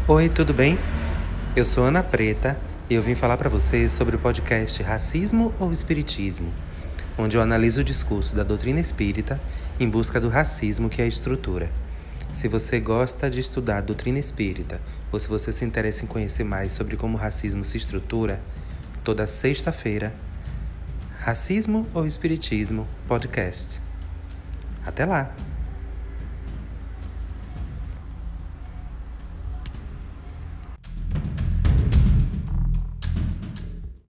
Oi, tudo bem? Eu sou Ana Preta e eu vim falar para vocês sobre o podcast Racismo ou Espiritismo, onde eu analiso o discurso da doutrina espírita em busca do racismo que é a estrutura. Se você gosta de estudar a doutrina espírita ou se você se interessa em conhecer mais sobre como o racismo se estrutura, toda sexta-feira, Racismo ou Espiritismo Podcast. Até lá!